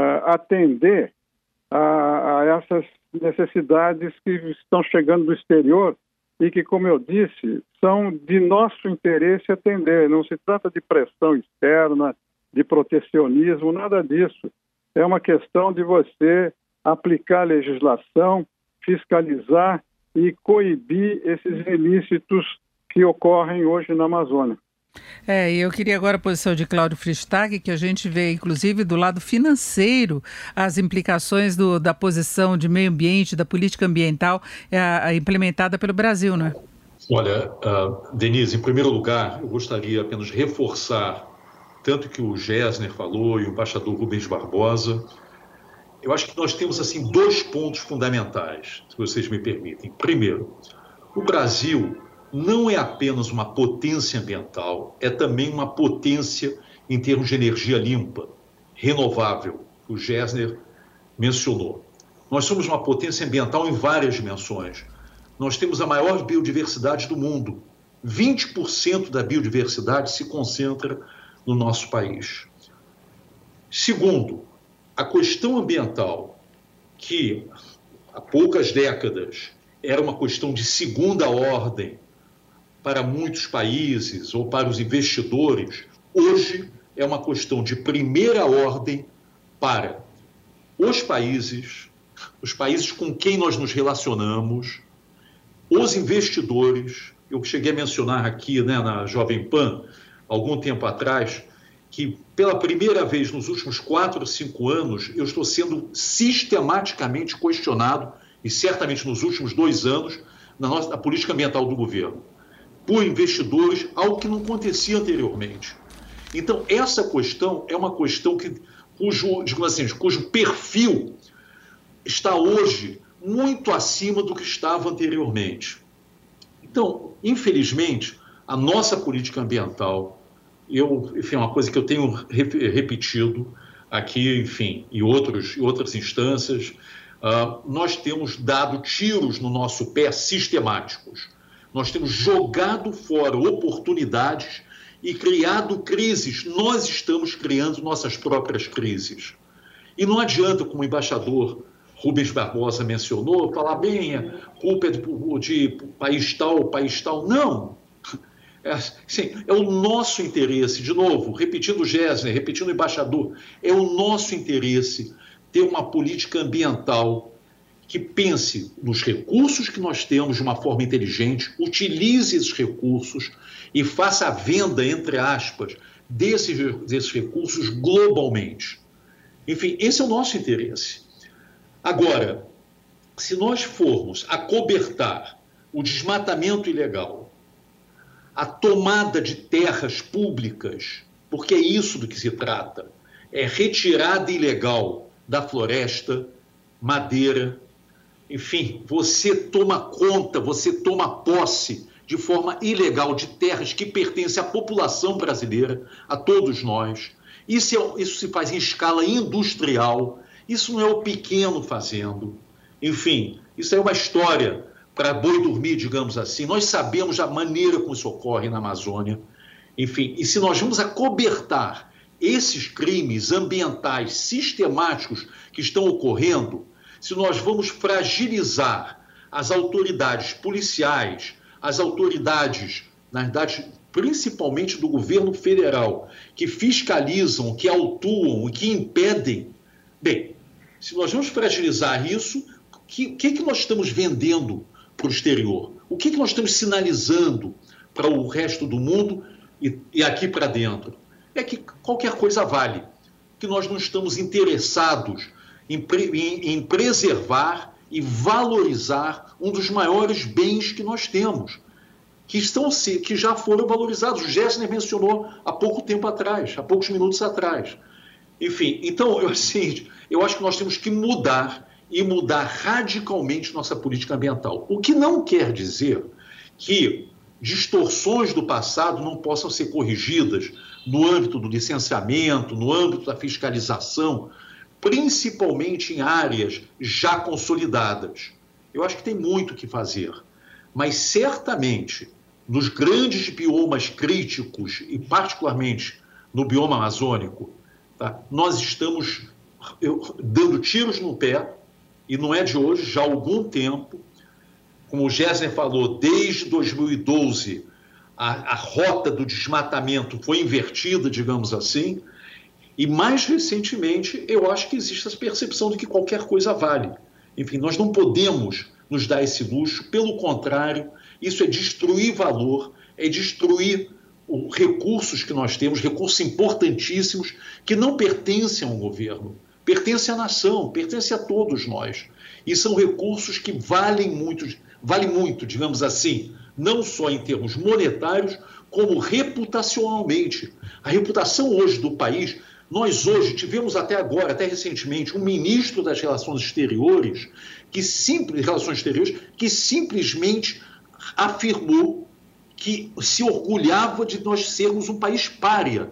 atender a, a essas necessidades que estão chegando do exterior e que, como eu disse, são de nosso interesse atender. Não se trata de pressão externa, de protecionismo, nada disso. É uma questão de você aplicar legislação, fiscalizar e coibir esses ilícitos que ocorrem hoje na Amazônia. É, e eu queria agora a posição de Cláudio Fristag, que a gente vê, inclusive, do lado financeiro, as implicações do, da posição de meio ambiente, da política ambiental é, implementada pelo Brasil, não é? Olha, uh, Denise, em primeiro lugar, eu gostaria apenas de reforçar tanto que o Gessner falou e o embaixador Rubens Barbosa. Eu acho que nós temos, assim, dois pontos fundamentais, se vocês me permitem. Primeiro, o Brasil não é apenas uma potência ambiental, é também uma potência em termos de energia limpa, renovável, que o Gessner mencionou. Nós somos uma potência ambiental em várias dimensões. Nós temos a maior biodiversidade do mundo. vinte por cento da biodiversidade se concentra no nosso país. Segundo, a questão ambiental, que há poucas décadas era uma questão de segunda ordem para muitos países ou para os investidores, hoje é uma questão de primeira ordem para os países, os países com quem nós nos relacionamos, os investidores. Eu cheguei a mencionar aqui, né, na Jovem Pan, algum tempo atrás, que pela primeira vez nos últimos quatro, cinco anos, eu estou sendo sistematicamente questionado, e certamente nos últimos dois anos, na nossa na política ambiental do governo, por investidores, algo que não acontecia anteriormente. Então, essa questão é uma questão que, cujo, digamos assim, cujo perfil está hoje muito acima do que estava anteriormente. Então, infelizmente, a nossa política ambiental, eu, enfim, é uma coisa que eu tenho repetido aqui, enfim, em outros, em outras instâncias, uh, nós temos dado tiros no nosso pé sistemáticos. Nós temos jogado fora oportunidades e criado crises. Nós estamos criando nossas próprias crises. E não adianta, como o embaixador Rubens Barbosa mencionou, falar bem, a culpa é de, de país tal, país tal. Não. É, sim, é o nosso interesse, de novo, repetindo o Gessner, repetindo o embaixador, é o nosso interesse ter uma política ambiental que pense nos recursos que nós temos de uma forma inteligente, utilize esses recursos e faça a venda, entre aspas, desses, desses recursos globalmente. Enfim, esse é o nosso interesse. Agora, se nós formos acobertar o desmatamento ilegal, a tomada de terras públicas, porque é isso do que se trata, é retirada ilegal da floresta, madeira, enfim, você toma conta, você toma posse de forma ilegal de terras que pertencem à população brasileira, a todos nós. Isso, é, isso se faz em escala industrial, isso não é o pequeno fazendo. Enfim, isso é uma história para boi dormir, digamos assim. Nós sabemos a maneira como isso ocorre na Amazônia. Enfim, e se nós vamos acobertar esses crimes ambientais sistemáticos que estão ocorrendo, se nós vamos fragilizar as autoridades policiais, as autoridades, na verdade, principalmente do governo federal, que fiscalizam, que autuam e que impedem, bem, se nós vamos fragilizar isso, o que, que, que nós estamos vendendo para o exterior? O que, que nós estamos sinalizando para o resto do mundo e, e aqui para dentro? É que qualquer coisa vale, que nós não estamos interessados em, em, em preservar e valorizar um dos maiores bens que nós temos, que, estão, que já foram valorizados. O Gessner mencionou há pouco tempo atrás, há poucos minutos atrás. Enfim, então, eu, assim, eu acho que nós temos que mudar e mudar radicalmente nossa política ambiental. O que não quer dizer que distorções do passado não possam ser corrigidas no âmbito do licenciamento, no âmbito da fiscalização, principalmente em áreas já consolidadas. Eu acho que tem muito o que fazer, mas certamente nos grandes biomas críticos e particularmente no bioma amazônico, tá, nós estamos eu, dando tiros no pé, e não é de hoje, já há algum tempo. Como o Gessner falou, desde dois mil e doze a, a rota do desmatamento foi invertida, digamos assim, e mais recentemente eu acho que existe essa percepção de que qualquer coisa vale. Enfim, nós não podemos nos dar esse luxo, pelo contrário, isso é destruir valor, é destruir os recursos que nós temos, recursos importantíssimos que não pertencem ao governo, pertencem à nação, pertencem a todos nós. E são recursos que valem muito, valem muito, digamos assim, não só em termos monetários, como reputacionalmente. A reputação hoje do país, nós hoje tivemos até agora, até recentemente, um ministro das Relações Exteriores, que simples, Relações Exteriores, que simplesmente afirmou que se orgulhava de nós sermos um país pária.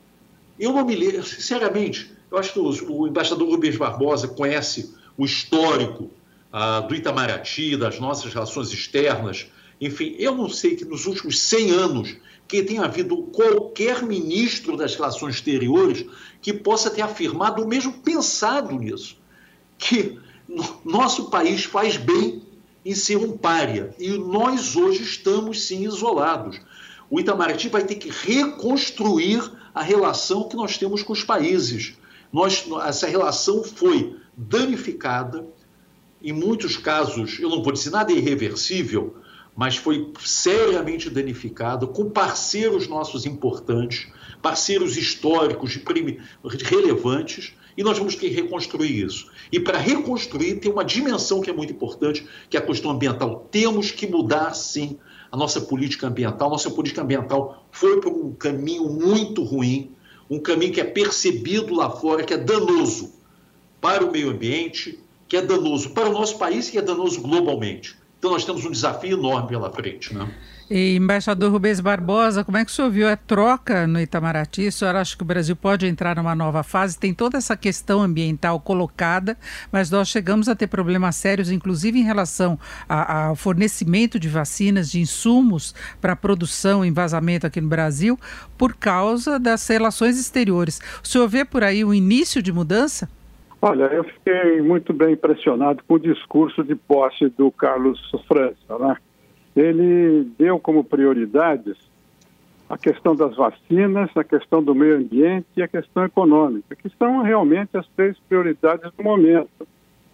Eu não me lembro, sinceramente, eu acho que o, o embaixador Rubens Barbosa conhece o histórico ah, do Itamaraty, das nossas relações externas. Enfim, eu não sei que nos últimos cem anos que tenha havido qualquer ministro das Relações Exteriores que possa ter afirmado ou mesmo pensado nisso, que no, nosso país faz bem em ser um pária. E nós hoje estamos, sim, isolados. O Itamaraty vai ter que reconstruir a relação que nós temos com os países. Nós, essa relação foi danificada, em muitos casos, eu não vou dizer nada irreversível, mas foi seriamente danificada, com parceiros nossos importantes, parceiros históricos relevantes, e nós vamos ter que reconstruir isso. E para reconstruir tem uma dimensão que é muito importante, que é a questão ambiental. Temos que mudar, sim, a nossa política ambiental. Nossa política ambiental foi por um caminho muito ruim, um caminho que é percebido lá fora, que é danoso para o meio ambiente, que é danoso para o nosso país e que é danoso globalmente. Então nós temos um desafio enorme pela frente, né? E, embaixador Rubens Barbosa, como é que o senhor viu a troca no Itamaraty? O senhor acha que o Brasil pode entrar numa nova fase? Tem toda essa questão ambiental colocada, mas nós chegamos a ter problemas sérios, inclusive em relação a, ao fornecimento de vacinas, de insumos para a produção e vazamento aqui no Brasil, por causa das relações exteriores. O senhor vê por aí o início de mudança? Olha, eu fiquei muito bem impressionado com o discurso de posse do Carlos França, né? Ele deu como prioridades a questão das vacinas, a questão do meio ambiente e a questão econômica, que são realmente as três prioridades do momento.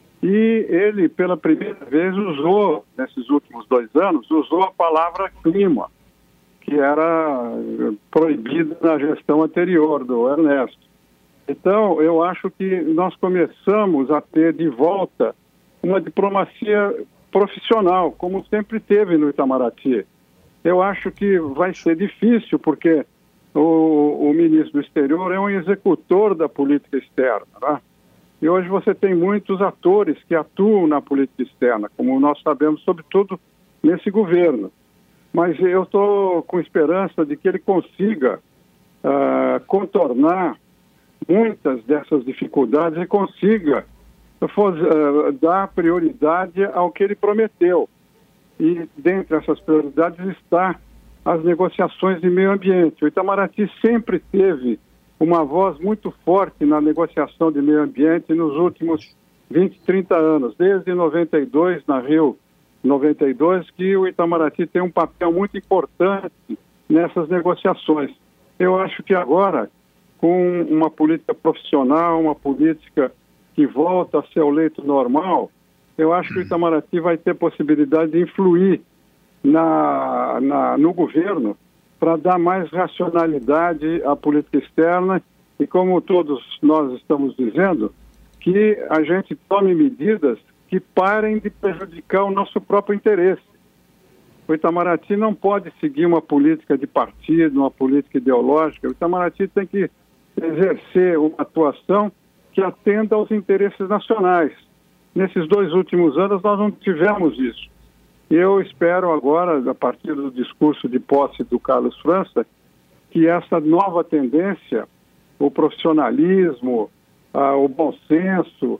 E ele, pela primeira vez, usou, nesses últimos dois anos, usou a palavra clima. que era proibida na gestão anterior do Ernesto. Então, eu acho que nós começamos a ter de volta uma diplomacia profissional, como sempre teve no Itamaraty. Eu acho que vai ser difícil, porque o, o ministro do exterior é um executor da política externa, né? E hoje você tem muitos atores que atuam na política externa, como nós sabemos, sobretudo nesse governo. Mas eu estou com esperança de que ele consiga uh, contornar muitas dessas dificuldades e consiga uh, dar prioridade ao que ele prometeu. E dentre essas prioridades está as negociações de meio ambiente. O Itamaraty sempre teve uma voz muito forte na negociação de meio ambiente nos últimos vinte, trinta anos, desde noventa e dois, na Rio noventa e dois, que o Itamaraty tem um papel muito importante nessas negociações. Eu acho que agora, com uma política profissional, uma política que volta a ser o leito normal, eu acho que o Itamaraty vai ter possibilidade de influir na, na, no governo para dar mais racionalidade à política externa e, como todos nós estamos dizendo, que a gente tome medidas que parem de prejudicar o nosso próprio interesse. O Itamaraty não pode seguir uma política de partido, uma política ideológica. O Itamaraty tem que exercer uma atuação que atenda aos interesses nacionais. Nesses dois últimos anos nós não tivemos isso. E eu espero agora, a partir do discurso de posse do Carlos França, que essa nova tendência, o profissionalismo, ah, o bom senso,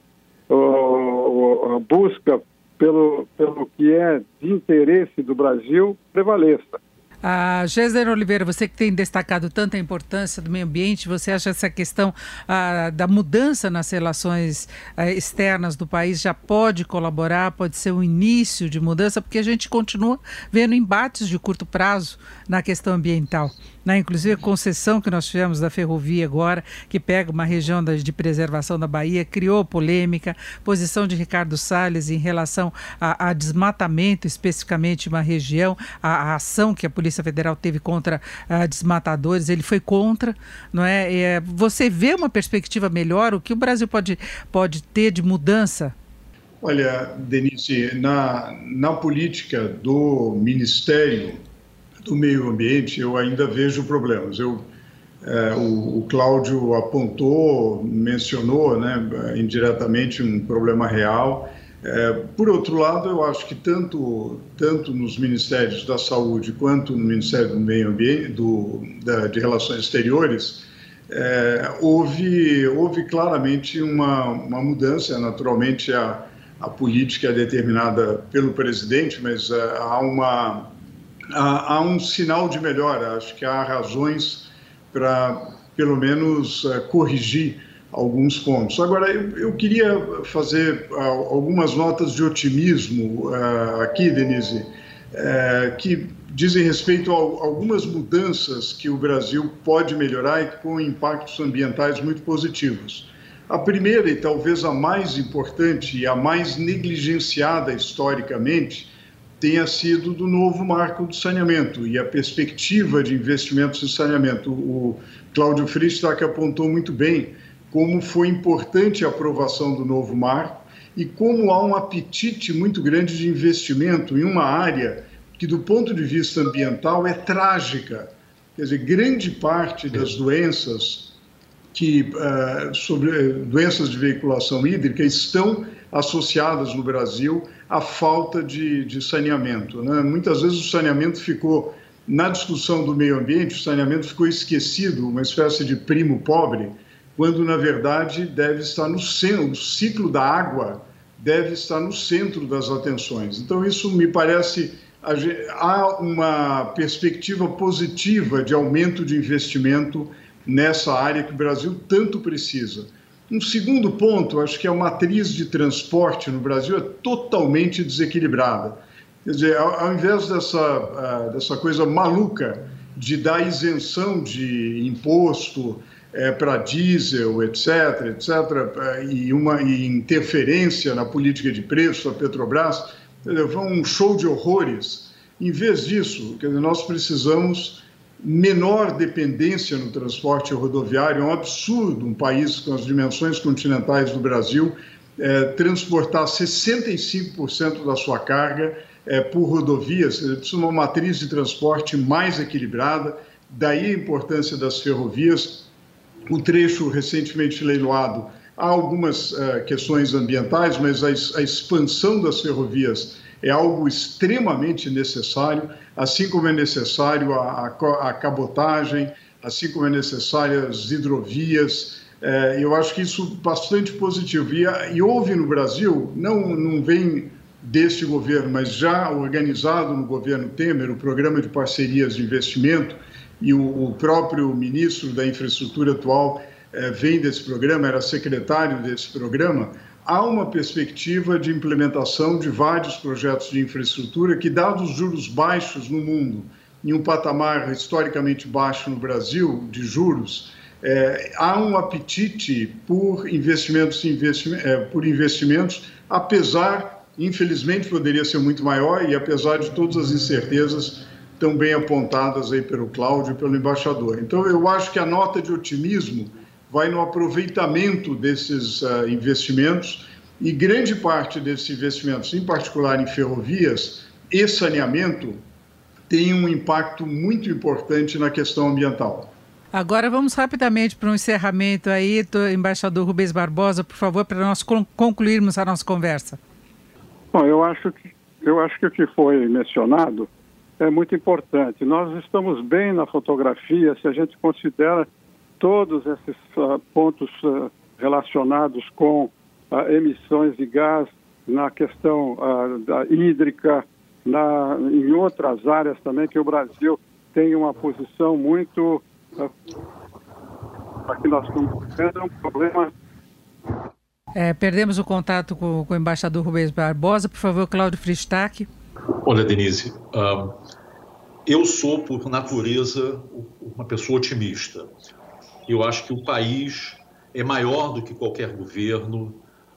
a busca pelo, pelo que é de interesse do Brasil prevaleça. Ah, Gésner Oliveira, você que tem destacado tanta importância do meio ambiente, você acha essa questão ah, da mudança nas relações ah, externas do país já pode colaborar, pode ser um início de mudança, porque a gente continua vendo embates de curto prazo na questão ambiental, né? Inclusive a concessão que nós tivemos da ferrovia agora, que pega uma região da, de preservação da Bahia, criou polêmica, posição de Ricardo Salles em relação a, a desmatamento, especificamente uma região, a, a ação que a Polícia Federal teve contra uh, desmatadores, ele foi contra, não é? é? Você vê uma perspectiva melhor? O que o Brasil pode, pode ter de mudança? Olha, Denise, na, na política do Ministério do Meio Ambiente, eu ainda vejo problemas. Eu, é, o, o Cláudio apontou, mencionou, né, indiretamente um problema real. É, por outro lado, eu acho que tanto, tanto nos Ministérios da Saúde quanto no Ministério do Meio Ambiente, do, da, de Relações Exteriores, é, houve, houve claramente uma, uma mudança. Naturalmente, a, a política é determinada pelo presidente, mas é, há, uma, há, há um sinal de melhora. Acho que há razões para, pelo menos, é, corrigir alguns pontos. Agora, eu, eu queria fazer uh, algumas notas de otimismo uh, aqui, Denise, uh, que dizem respeito a, a algumas mudanças que o Brasil pode melhorar e com impactos ambientais muito positivos. A primeira, e talvez a mais importante e a mais negligenciada historicamente, tenha sido do novo marco do saneamento e a perspectiva de investimentos em saneamento. O Cláudio Fristach apontou muito bem como foi importante a aprovação do novo marco e como há um apetite muito grande de investimento em uma área que, do ponto de vista ambiental, é trágica. Quer dizer, grande parte das doenças, que, uh, sobre, doenças de veiculação hídrica estão associadas no Brasil à falta de, de saneamento, né? Muitas vezes o saneamento ficou, na discussão do meio ambiente, o saneamento ficou esquecido, uma espécie de primo pobre, quando, na verdade, deve estar no centro, o ciclo da água deve estar no centro das atenções. Então, isso me parece, há uma perspectiva positiva de aumento de investimento nessa área que o Brasil tanto precisa. Um segundo ponto, acho que a matriz de transporte no Brasil é totalmente desequilibrada. Quer dizer, ao, ao invés dessa, uh, dessa coisa maluca de dar isenção de imposto, É, para diesel, etc, etc, e uma e interferência na política de preço da Petrobras, foi um show de horrores. Em vez disso, quer dizer, nós precisamos menor dependência no transporte rodoviário. É um absurdo um país com as dimensões continentais do Brasil é, transportar sessenta e cinco por cento da sua carga é, por rodovias. Precisa de uma matriz de transporte mais equilibrada, daí a importância das ferrovias. O trecho recentemente leiloado, há algumas uh, questões ambientais, mas a, a expansão das ferrovias é algo extremamente necessário, assim como é necessário a, a, a cabotagem, assim como é necessário as hidrovias. É, eu acho que isso é bastante positivo. E, e houve no Brasil, não, não vem deste governo, mas já organizado no governo Temer, o Programa de Parcerias de Investimento, e o, o próprio ministro da Infraestrutura atual é, vem desse programa, era secretário desse programa. Há uma perspectiva de implementação de vários projetos de infraestrutura que, dados os juros baixos no mundo, em um patamar historicamente baixo no Brasil, de juros, é, há um apetite por investimentos, investi é, por investimentos, apesar, infelizmente, poderia ser muito maior, e apesar de todas as incertezas tão bem apontadas aí pelo Cláudio e pelo embaixador. Então, eu acho que a nota de otimismo vai no aproveitamento desses uh, investimentos, e grande parte desses investimentos, em particular em ferrovias e saneamento, tem um impacto muito importante na questão ambiental. Agora vamos rapidamente para um encerramento aí do embaixador Rubens Barbosa, por favor, para nós concluirmos a nossa conversa. Bom, eu acho que, eu acho que o que foi mencionado é muito importante. Nós estamos bem na fotografia se a gente considera todos esses uh, pontos uh, relacionados com uh, emissões de gás na questão uh, da hídrica, na, em outras áreas também, que o Brasil tem uma posição muito... Uh, aqui nós estamos tendo um problema... É, perdemos o contato com, com o embaixador Rubens Barbosa. Por favor, Cláudio Fristach. Olha, Denise, uh, eu sou, por natureza, uma pessoa otimista. Eu acho que o país é maior do que qualquer governo.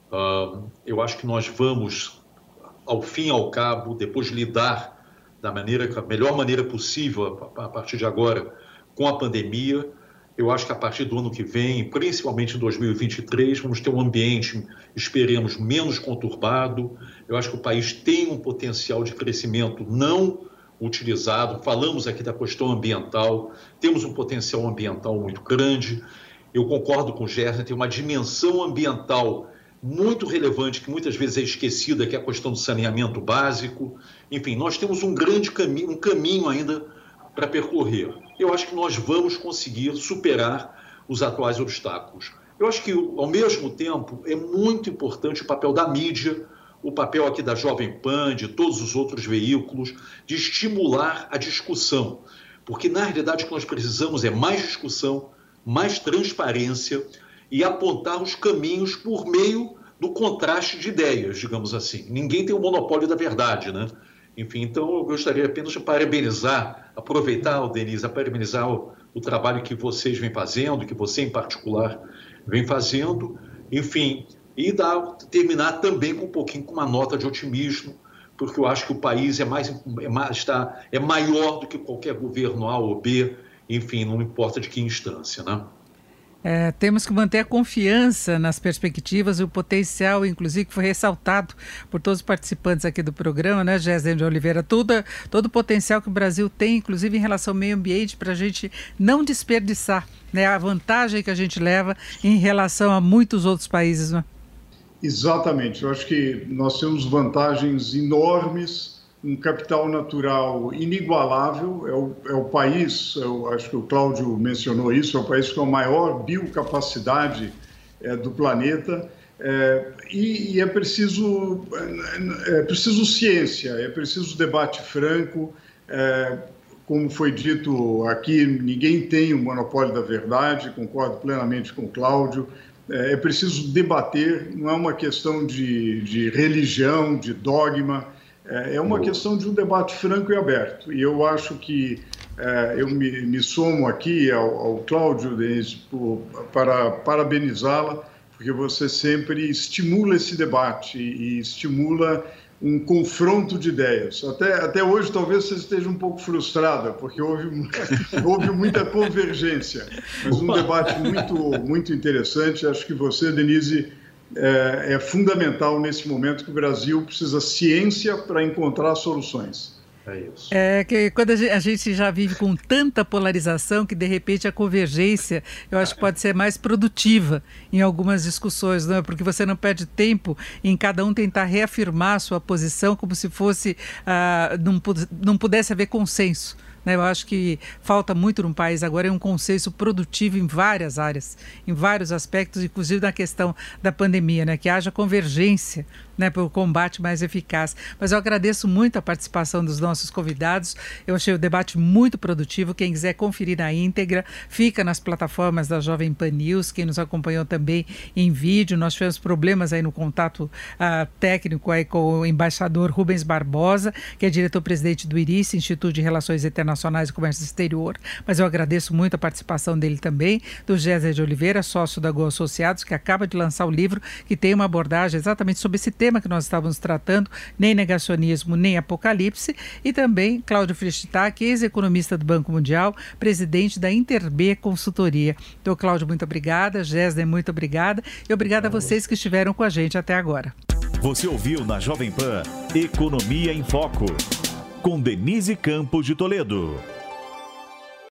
Uh, eu acho que nós vamos, ao fim e ao cabo, depois lidar da maneira, a melhor maneira possível, a partir de agora, com a pandemia. Eu acho que a partir do ano que vem, principalmente em dois mil e vinte e três, vamos ter um ambiente, esperemos, menos conturbado. Eu acho que o país tem um potencial de crescimento não utilizado. Falamos aqui da questão ambiental, temos um potencial ambiental muito grande. Eu concordo com o Gerson, tem uma dimensão ambiental muito relevante, que muitas vezes é esquecida, que é a questão do saneamento básico. Enfim, nós temos um grande caminho, um caminho ainda para percorrer. Eu acho que nós vamos conseguir superar os atuais obstáculos. Eu acho que, ao mesmo tempo, é muito importante o papel da mídia, o papel aqui da Jovem Pan, de todos os outros veículos, de estimular a discussão. Porque, na realidade, o que nós precisamos é mais discussão, mais transparência e apontar os caminhos por meio do contraste de ideias, digamos assim. Ninguém tem o monopólio da verdade, né? Enfim, então eu gostaria apenas de parabenizar, aproveitar, Denise, a parabenizar o, o trabalho que vocês vêm fazendo, que você em particular vem fazendo, enfim, e dar, terminar também com um pouquinho com uma nota de otimismo, porque eu acho que o país é, mais, é, mais, está, é maior do que qualquer governo A ou B, enfim, não importa de que instância, né? É, temos que manter a confiança nas perspectivas e o potencial, inclusive, que foi ressaltado por todos os participantes aqui do programa, né, Gésen de Oliveira? Tudo, todo o potencial que o Brasil tem, inclusive em relação ao meio ambiente, para a gente não desperdiçar, né, a vantagem que a gente leva em relação a muitos outros países, né? Exatamente. Eu acho que nós temos vantagens enormes, um capital natural inigualável. É o, é o país, eu acho que o Cláudio mencionou isso, é o país com a maior biocapacidade é, do planeta, é, e, e é preciso, é, é preciso ciência, é preciso debate franco. É, como foi dito aqui, ninguém tem o monopólio da verdade, concordo plenamente com o Cláudio. É, é preciso debater, não é uma questão de, de religião, de dogma. É uma questão de um debate franco e aberto. E eu acho que é, eu me, me somo aqui ao, ao Cláudio, Denise, por, para parabenizá-la, porque você sempre estimula esse debate e estimula um confronto de ideias. Até, até hoje, talvez você esteja um pouco frustrada, porque houve, houve muita convergência, mas um debate muito, muito interessante. Acho que você, Denise, é, é fundamental nesse momento que o Brasil precisa ciência para encontrar soluções. É isso. É que quando a gente, a gente já vive com tanta polarização que, de repente, a convergência, eu acho que pode ser mais produtiva em algumas discussões, não é? Porque você não perde tempo em cada um tentar reafirmar a sua posição como se fosse, ah, não, não pudesse haver consenso. Eu acho que falta muito no país agora é um consenso produtivo em várias áreas, em vários aspectos, inclusive na questão da pandemia, né? Que haja convergência, né, para o combate mais eficaz. Mas eu agradeço muito a participação dos nossos convidados. Eu achei o debate muito produtivo. Quem quiser conferir na íntegra, fica nas plataformas da Jovem Pan News. Quem nos acompanhou também em vídeo, nós tivemos problemas aí no contato uh, técnico aí com o embaixador Rubens Barbosa, que é diretor-presidente do I R I C, Instituto de Relações Internacionais e Comércio Exterior. Mas eu agradeço muito a participação dele também, do Géser de Oliveira, sócio da Go Associados, que acaba de lançar o livro que tem uma abordagem exatamente sobre esse tema que nós estávamos tratando, nem negacionismo, nem apocalipse, e também Cláudio Frechitac, ex-economista do Banco Mundial, presidente da Interb Consultoria. Então, Cláudio, muito obrigada, Géser, muito obrigada, e obrigada a vocês que estiveram com a gente até agora. Você ouviu na Jovem Pan Economia em Foco, com Denise Campos de Toledo.